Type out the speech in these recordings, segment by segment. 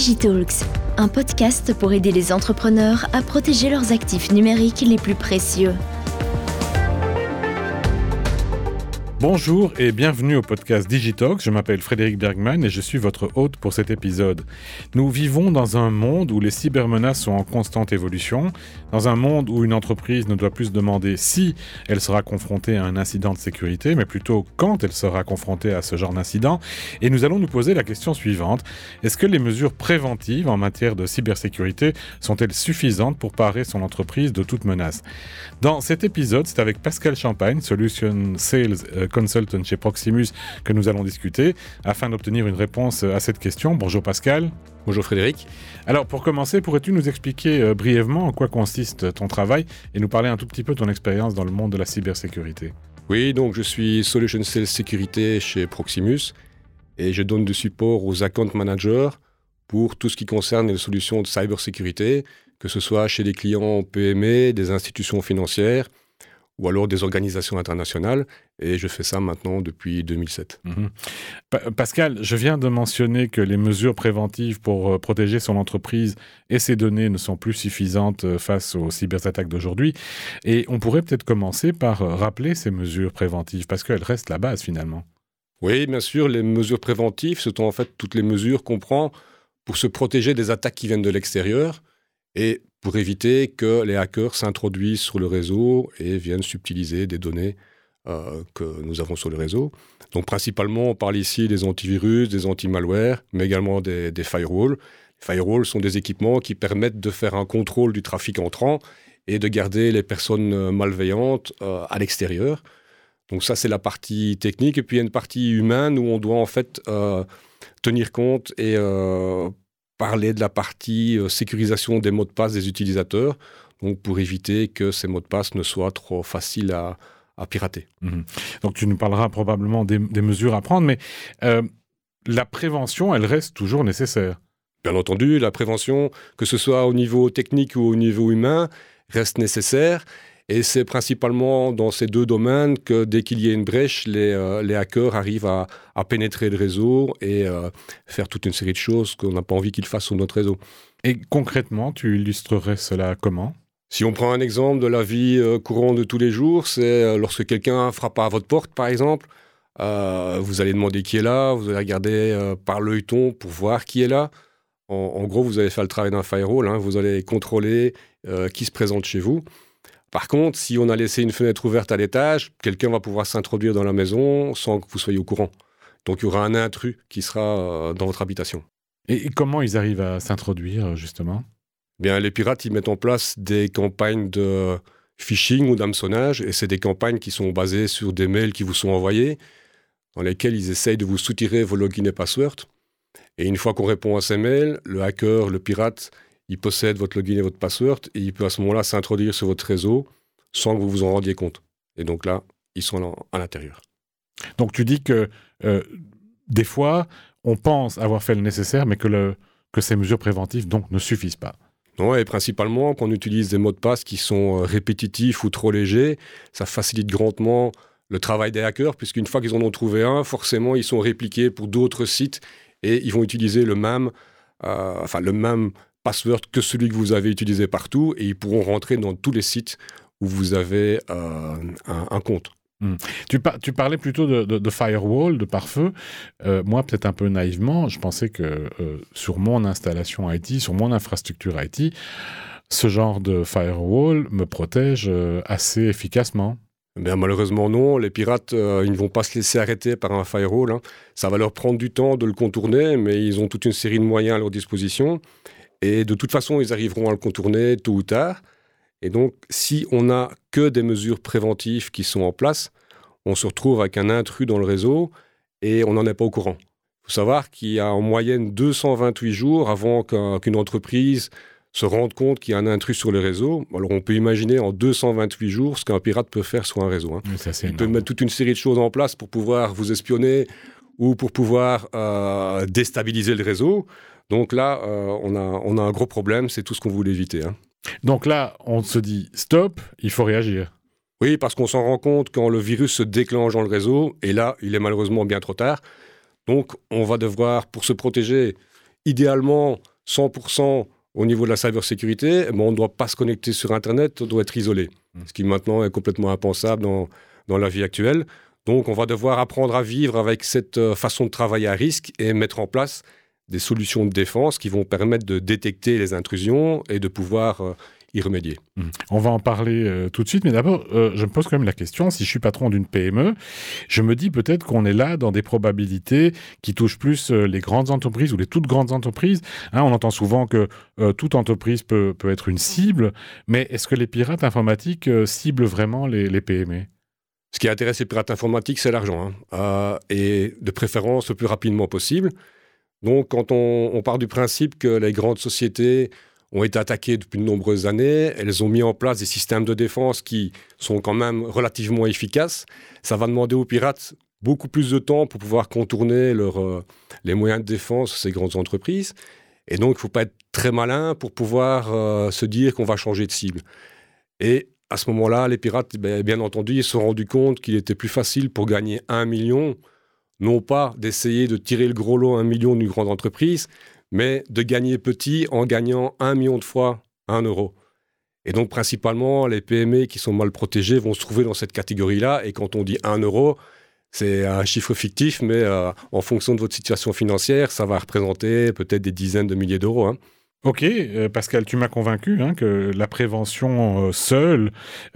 Digitalks, un podcast pour aider les entrepreneurs à protéger leurs actifs numériques les plus précieux. Bonjour et bienvenue au podcast Digitalks. Je m'appelle Frédéric Bergman et je suis votre hôte pour cet épisode. Nous vivons dans un monde où les cybermenaces sont en constante évolution, dans un monde où une entreprise ne doit plus se demander si elle sera confrontée à un incident de sécurité, mais plutôt quand elle sera confrontée à ce genre d'incident. Et nous allons nous poser la question suivante. Est-ce que les mesures préventives en matière de cybersécurité sont-elles suffisantes pour parer son entreprise de toute menace ? Dans cet épisode, c'est avec Pascal Champagne, Solution Sales Consultant chez Proximus, que nous allons discuter afin d'obtenir une réponse à cette question. Bonjour Pascal. Bonjour Frédéric. Alors pour commencer, pourrais-tu nous expliquer brièvement en quoi consiste ton travail et nous parler un tout petit peu de ton expérience dans le monde de la cybersécurité ? Oui, donc je suis Solution Sales Sécurité chez Proximus et je donne du support aux account managers pour tout ce qui concerne les solutions de cybersécurité, que ce soit chez des clients PME, des institutions financières ou alors des organisations internationales, et je fais ça maintenant depuis 2007. Pascal, je viens de mentionner que les mesures préventives pour protéger son entreprise et ses données ne sont plus suffisantes face aux cyberattaques d'aujourd'hui, et on pourrait peut-être commencer par rappeler ces mesures préventives, parce qu'elles restent la base finalement. Oui, bien sûr, les mesures préventives, ce sont en fait toutes les mesures qu'on prend pour se protéger des attaques qui viennent de l'extérieur, et pour éviter que les hackers s'introduisent sur le réseau et viennent subtiliser des données que nous avons sur le réseau. Donc principalement, on parle ici des antivirus, des anti-malware, mais également des firewalls. Les firewalls sont des équipements qui permettent de faire un contrôle du trafic entrant et de garder les personnes malveillantes à l'extérieur. Donc ça, c'est la partie technique. Et puis il y a une partie humaine où on doit en fait tenir compte et parler de la partie sécurisation des mots de passe des utilisateurs, donc pour éviter que ces mots de passe ne soient trop faciles à pirater. Donc tu nous parleras probablement des mesures à prendre, mais la prévention, elle reste toujours nécessaire. Bien entendu, la prévention, que ce soit au niveau technique ou au niveau humain, reste nécessaire. Et c'est principalement dans ces deux domaines que dès qu'il y a une brèche, les hackers arrivent à pénétrer le réseau et faire toute une série de choses qu'on n'a pas envie qu'ils fassent sur notre réseau. Et concrètement, tu illustrerais cela comment ? Si on prend un exemple de la vie courante de tous les jours, c'est lorsque quelqu'un frappe à votre porte, par exemple, vous allez demander qui est là, vous allez regarder par l'œilleton pour voir qui est là. En gros, vous allez faire le travail d'un firewall, vous allez contrôler qui se présente chez vous. Par contre, si on a laissé une fenêtre ouverte à l'étage, quelqu'un va pouvoir s'introduire dans la maison sans que vous soyez au courant. Donc il y aura un intrus qui sera dans votre habitation. Et comment ils arrivent à s'introduire, justement ? Bien, les pirates, ils mettent en place des campagnes de phishing ou d'hameçonnage, et c'est des campagnes qui sont basées sur des mails qui vous sont envoyés, dans lesquels ils essayent de vous soutirer vos logins et passwords. Et une fois qu'on répond à ces mails, le hacker, le pirate, il possède votre login et votre password et il peut à ce moment-là s'introduire sur votre réseau sans que vous vous en rendiez compte. Et donc là, ils sont à l'intérieur. Donc tu dis que des fois, on pense avoir fait le nécessaire, mais que ces mesures préventives donc, ne suffisent pas. Non, et principalement, quand on utilise des mots de passe qui sont répétitifs ou trop légers, ça facilite grandement le travail des hackers, puisqu'une fois qu'ils en ont trouvé un, forcément, ils sont répliqués pour d'autres sites et ils vont utiliser le même password que celui que vous avez utilisé partout et ils pourront rentrer dans tous les sites où vous avez un compte. Tu parlais plutôt de firewall, de pare-feu. Moi, peut-être un peu naïvement, je pensais que sur mon installation IT, sur mon infrastructure IT, ce genre de firewall me protège assez efficacement. Bien, malheureusement non, les pirates ils ne vont pas se laisser arrêter par un firewall. Ça va leur prendre du temps de le contourner, mais ils ont toute une série de moyens à leur disposition. Et de toute façon, ils arriveront à le contourner tôt ou tard. Et donc, si on n'a que des mesures préventives qui sont en place, on se retrouve avec un intrus dans le réseau et on n'en est pas au courant. Il faut savoir qu'il y a en moyenne 228 jours avant qu'une entreprise se rende compte qu'il y a un intrus sur le réseau. Alors, on peut imaginer en 228 jours ce qu'un pirate peut faire sur un réseau. Il peut mettre toute une série de choses en place pour pouvoir vous espionner ou pour pouvoir déstabiliser le réseau. Donc là, on a un gros problème, c'est tout ce qu'on voulait éviter. Donc là, on se dit stop, il faut réagir. Oui, parce qu'on s'en rend compte quand le virus se déclenche dans le réseau, et là, il est malheureusement bien trop tard. Donc, on va devoir, pour se protéger, idéalement, 100% au niveau de la cybersécurité, on ne doit pas se connecter sur Internet, on doit être isolé. Ce qui maintenant est complètement impensable dans la vie actuelle. Donc on va devoir apprendre à vivre avec cette façon de travailler à risque et mettre en place des solutions de défense qui vont permettre de détecter les intrusions et de pouvoir y remédier. On va en parler tout de suite, mais d'abord, je me pose quand même la question, si je suis patron d'une PME, je me dis peut-être qu'on est là dans des probabilités qui touchent plus les grandes entreprises ou les toutes grandes entreprises. On entend souvent que toute entreprise peut être une cible, mais est-ce que les pirates informatiques ciblent vraiment les PME ? Ce qui intéresse les pirates informatiques, c'est l'argent, et de préférence le plus rapidement possible. Donc, quand on part du principe que les grandes sociétés ont été attaquées depuis de nombreuses années, elles ont mis en place des systèmes de défense qui sont quand même relativement efficaces, ça va demander aux pirates beaucoup plus de temps pour pouvoir contourner les moyens de défense de ces grandes entreprises. Et donc, il ne faut pas être très malin pour pouvoir se dire qu'on va changer de cible. Et à ce moment-là, les pirates, bien entendu, ils se sont rendus compte qu'il était plus facile pour gagner 1 million, non pas d'essayer de tirer le gros lot 1 million d'une grande entreprise, mais de gagner petit en gagnant 1 million de fois 1 euro. Et donc, principalement, les PME qui sont mal protégées vont se trouver dans cette catégorie-là. Et quand on dit 1 euro, c'est un chiffre fictif, mais en fonction de votre situation financière, ça va représenter peut-être des dizaines de milliers d'euros. Ok, Pascal, tu m'as convaincu que la prévention seule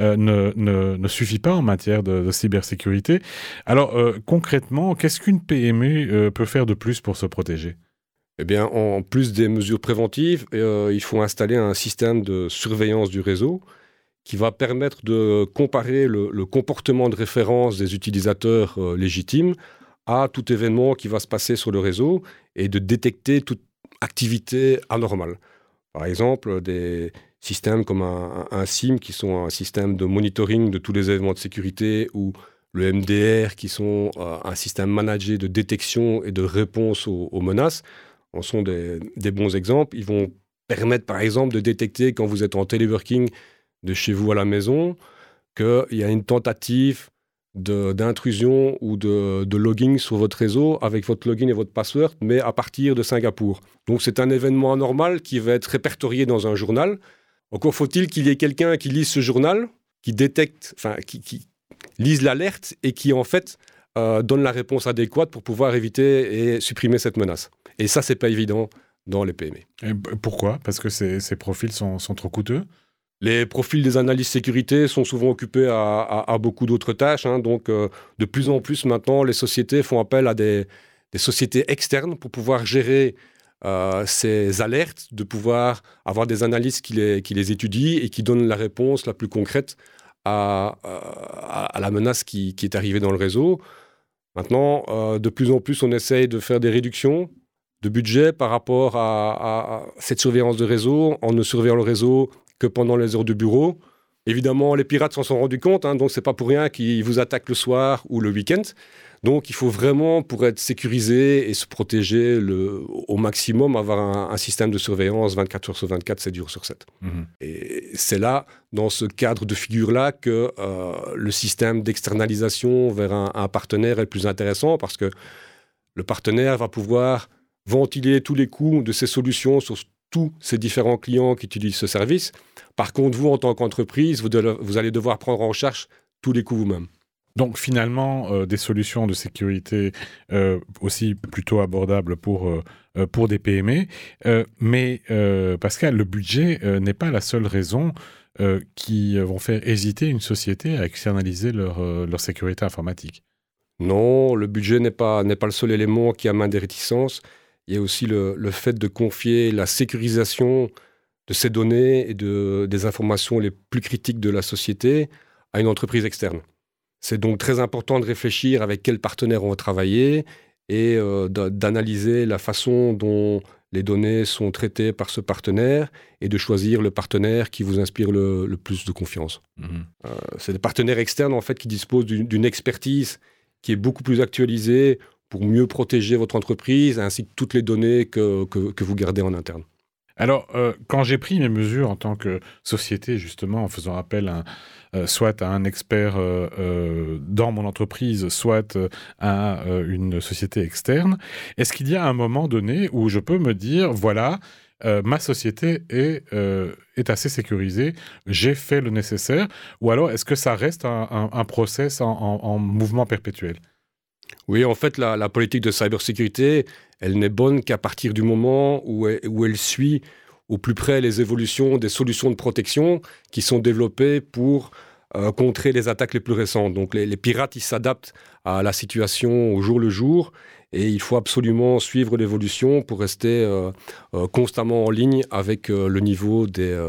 ne suffit pas en matière de cybersécurité. Alors, concrètement, qu'est-ce qu'une PME peut faire de plus pour se protéger ? Eh bien, en plus des mesures préventives, il faut installer un système de surveillance du réseau qui va permettre de comparer le comportement de référence des utilisateurs légitimes à tout événement qui va se passer sur le réseau et de détecter toute activité anormale. Par exemple, des systèmes comme un SIEM, qui sont un système de monitoring de tous les événements de sécurité, ou le MDR, qui sont un système managé de détection et de réponse aux menaces, en sont des bons exemples. Ils vont permettre, par exemple, de détecter quand vous êtes en téléworking de chez vous à la maison, qu'il y a une tentative d'intrusion ou de logging sur votre réseau avec votre login et votre password, mais à partir de Singapour. Donc c'est un événement anormal qui va être répertorié dans un journal. Encore faut-il qu'il y ait quelqu'un qui lise ce journal, qui détecte, qui lise l'alerte et qui en fait donne la réponse adéquate pour pouvoir éviter et supprimer cette menace. Et ça, c'est pas évident dans les PME. Et pourquoi ? Parce que ces profils sont trop coûteux ? Les profils des analystes sécurité sont souvent occupés à beaucoup d'autres tâches. Donc, de plus en plus, maintenant, les sociétés font appel à des sociétés externes pour pouvoir gérer ces alertes, de pouvoir avoir des analystes qui les étudient et qui donnent la réponse la plus concrète à la menace qui est arrivée dans le réseau. Maintenant, de plus en plus, on essaye de faire des réductions de budget par rapport à cette surveillance de réseau, en ne surveillant le réseau que pendant les heures de bureau. Évidemment, les pirates s'en sont rendus compte, donc c'est pas pour rien qu'ils vous attaquent le soir ou le week-end. Donc il faut vraiment, pour être sécurisé et se protéger au maximum, avoir un système de surveillance 24 heures sur 24, 7 jours sur 7. Et c'est là, dans ce cadre de figure-là, que le système d'externalisation vers un partenaire est le plus intéressant, parce que le partenaire va pouvoir ventiler tous les coûts de ces solutions sur tous ces différents clients qui utilisent ce service. Par contre, vous, en tant qu'entreprise, vous allez devoir prendre en charge tous les coûts vous-même. Donc finalement, des solutions de sécurité aussi plutôt abordables pour des PME. Mais Pascal, le budget n'est pas la seule raison qui vont faire hésiter une société à externaliser leur sécurité informatique. Non, le budget n'est pas le seul élément qui amène des réticences. Il y a aussi le fait de confier la sécurisation de ces données et des informations les plus critiques de la société à une entreprise externe. C'est donc très important de réfléchir avec quel partenaire on va travailler et d'analyser la façon dont les données sont traitées par ce partenaire et de choisir le partenaire qui vous inspire le plus de confiance. C'est des partenaires externes en fait, qui disposent d'une expertise qui est beaucoup plus actualisée pour mieux protéger votre entreprise ainsi que toutes les données que vous gardez en interne. Alors, quand j'ai pris mes mesures en tant que société, justement, en faisant appel soit à un expert dans mon entreprise, soit à une société externe, est-ce qu'il y a un moment donné où je peux me dire, voilà, ma société est assez sécurisée, j'ai fait le nécessaire, ou alors est-ce que ça reste un process en mouvement perpétuel? Oui, en fait, la politique de cybersécurité, elle n'est bonne qu'à partir du moment où elle suit au plus près les évolutions des solutions de protection qui sont développées pour contrer les attaques les plus récentes. Donc les pirates, ils s'adaptent à la situation au jour le jour et il faut absolument suivre l'évolution pour rester constamment en ligne avec le niveau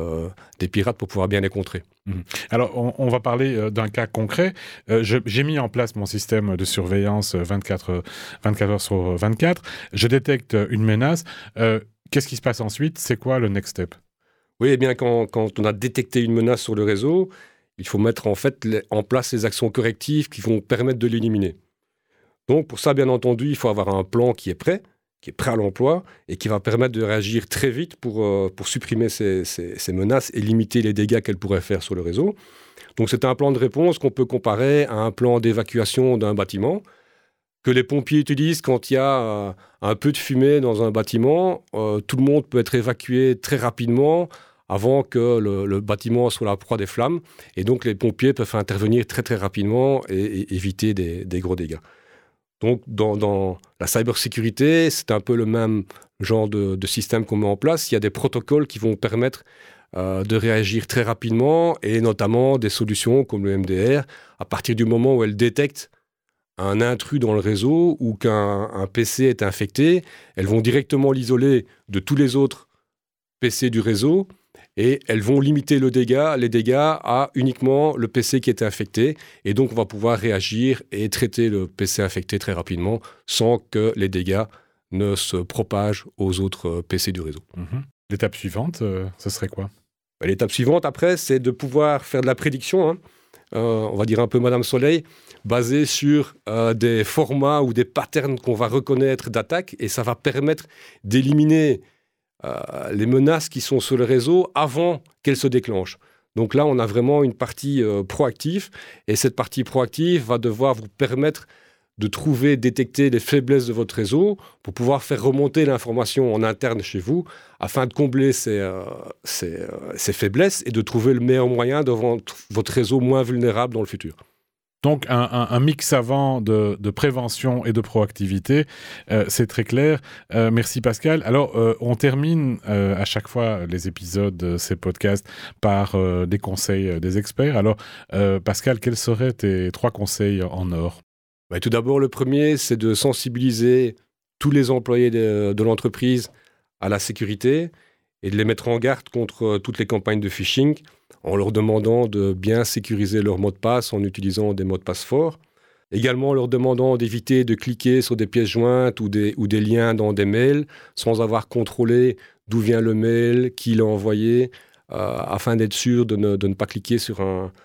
des pirates pour pouvoir bien les contrer. Alors, on va parler d'un cas concret. J'ai mis en place mon système de surveillance 24 heures sur 24. Je détecte une menace. Qu'est-ce qui se passe ensuite? C'est quoi le next step? Oui, eh bien, quand on a détecté une menace sur le réseau, il faut mettre en place les actions correctives qui vont permettre de l'éliminer. Donc, pour ça, bien entendu, il faut avoir un plan qui est prêt à l'emploi et qui va permettre de réagir très vite pour supprimer ces menaces et limiter les dégâts qu'elles pourraient faire sur le réseau. Donc, c'est un plan de réponse qu'on peut comparer à un plan d'évacuation d'un bâtiment que les pompiers utilisent quand il y a un peu de fumée dans un bâtiment. Tout le monde peut être évacué très rapidement avant que le bâtiment soit la proie des flammes. Et donc, les pompiers peuvent intervenir très, très rapidement et éviter des gros dégâts. Donc, dans la cybersécurité, c'est un peu le même genre de système qu'on met en place. Il y a des protocoles qui vont permettre de réagir très rapidement et notamment des solutions comme le MDR, à partir du moment où elles détectent un intrus dans le réseau ou qu'un PC est infecté, elles vont directement l'isoler de tous les autres PC du réseau et elles vont limiter les dégâts à uniquement le PC qui était infecté. Et donc, on va pouvoir réagir et traiter le PC infecté très rapidement sans que les dégâts ne se propagent aux autres PC du réseau. L'étape suivante, ce serait quoi? L'étape suivante, après, c'est de pouvoir faire de la prédiction, on va dire un peu Madame Soleil, basée sur des formats ou des patterns qu'on va reconnaître d'attaque. Et ça va permettre d'éliminer les menaces qui sont sur le réseau avant qu'elles se déclenchent. Donc là, on a vraiment une partie proactive et cette partie proactive va devoir vous permettre de détecter les faiblesses de votre réseau pour pouvoir faire remonter l'information en interne chez vous afin de combler ces faiblesses et de trouver le meilleur moyen de rendre votre réseau moins vulnérable dans le futur. Donc, un mix savant de prévention et de proactivité, c'est très clair. Merci Pascal. Alors, on termine à chaque fois les épisodes de ces podcasts par des conseils des experts. Alors, Pascal, quels seraient tes 3 conseils en or? Tout d'abord, le premier, c'est de sensibiliser tous les employés de l'entreprise à la sécurité et de les mettre en garde contre toutes les campagnes de phishing en leur demandant de bien sécuriser leur mot de passe en utilisant des mots de passe forts. Également, en leur demandant d'éviter de cliquer sur des pièces jointes ou des liens dans des mails sans avoir contrôlé d'où vient le mail, qui l'a envoyé, afin d'être sûr de ne pas cliquer sur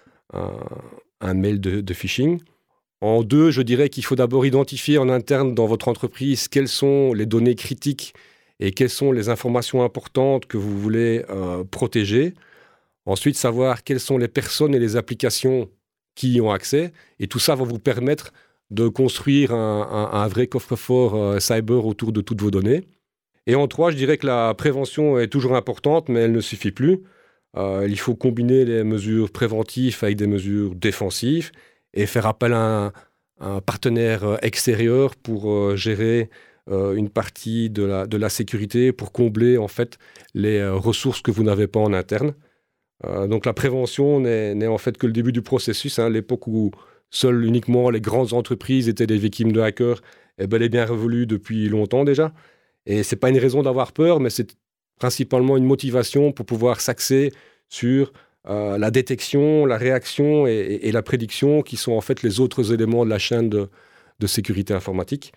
un mail de phishing. En 2, je dirais qu'il faut d'abord identifier en interne dans votre entreprise quelles sont les données critiques et quelles sont les informations importantes que vous voulez protéger. Ensuite, savoir quelles sont les personnes et les applications qui y ont accès. Et tout ça va vous permettre de construire un vrai coffre-fort cyber autour de toutes vos données. Et en 3, je dirais que la prévention est toujours importante, mais elle ne suffit plus. Il faut combiner les mesures préventives avec des mesures défensives et faire appel à un partenaire extérieur pour gérer une partie de la sécurité, pour combler en fait les ressources que vous n'avez pas en interne. Donc la prévention n'est en fait que le début du processus. L'époque où seules uniquement les grandes entreprises étaient des victimes de hackers est bel et bien révolue depuis longtemps déjà. Et ce n'est pas une raison d'avoir peur, mais c'est principalement une motivation pour pouvoir s'axer sur la détection, la réaction et la prédiction, qui sont en fait les autres éléments de la chaîne de sécurité informatique.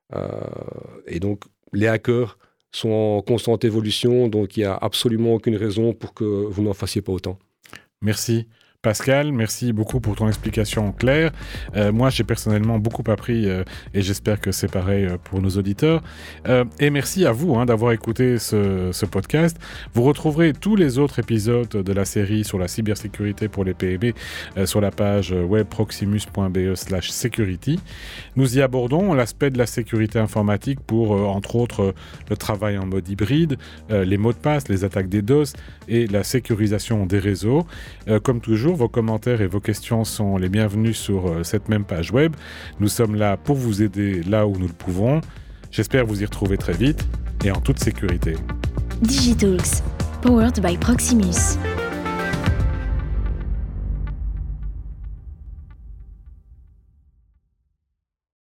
Et donc, les hackers sont en constante évolution, donc il n'y a absolument aucune raison pour que vous n'en fassiez pas autant. Merci. Pascal, merci beaucoup pour ton explication claire. Moi, j'ai personnellement beaucoup appris et j'espère que c'est pareil pour nos auditeurs. Et merci à vous d'avoir écouté ce podcast. Vous retrouverez tous les autres épisodes de la série sur la cybersécurité pour les PME sur la page web proximus.be/security. Nous y abordons l'aspect de la sécurité informatique pour, entre autres, le travail en mode hybride, les mots de passe, les attaques DDoS et la sécurisation des réseaux. Comme toujours, vos commentaires et vos questions sont les bienvenus sur cette même page web. Nous sommes là pour vous aider là où nous le pouvons. J'espère vous y retrouver très vite et en toute sécurité. Digitalks, powered by Proximus.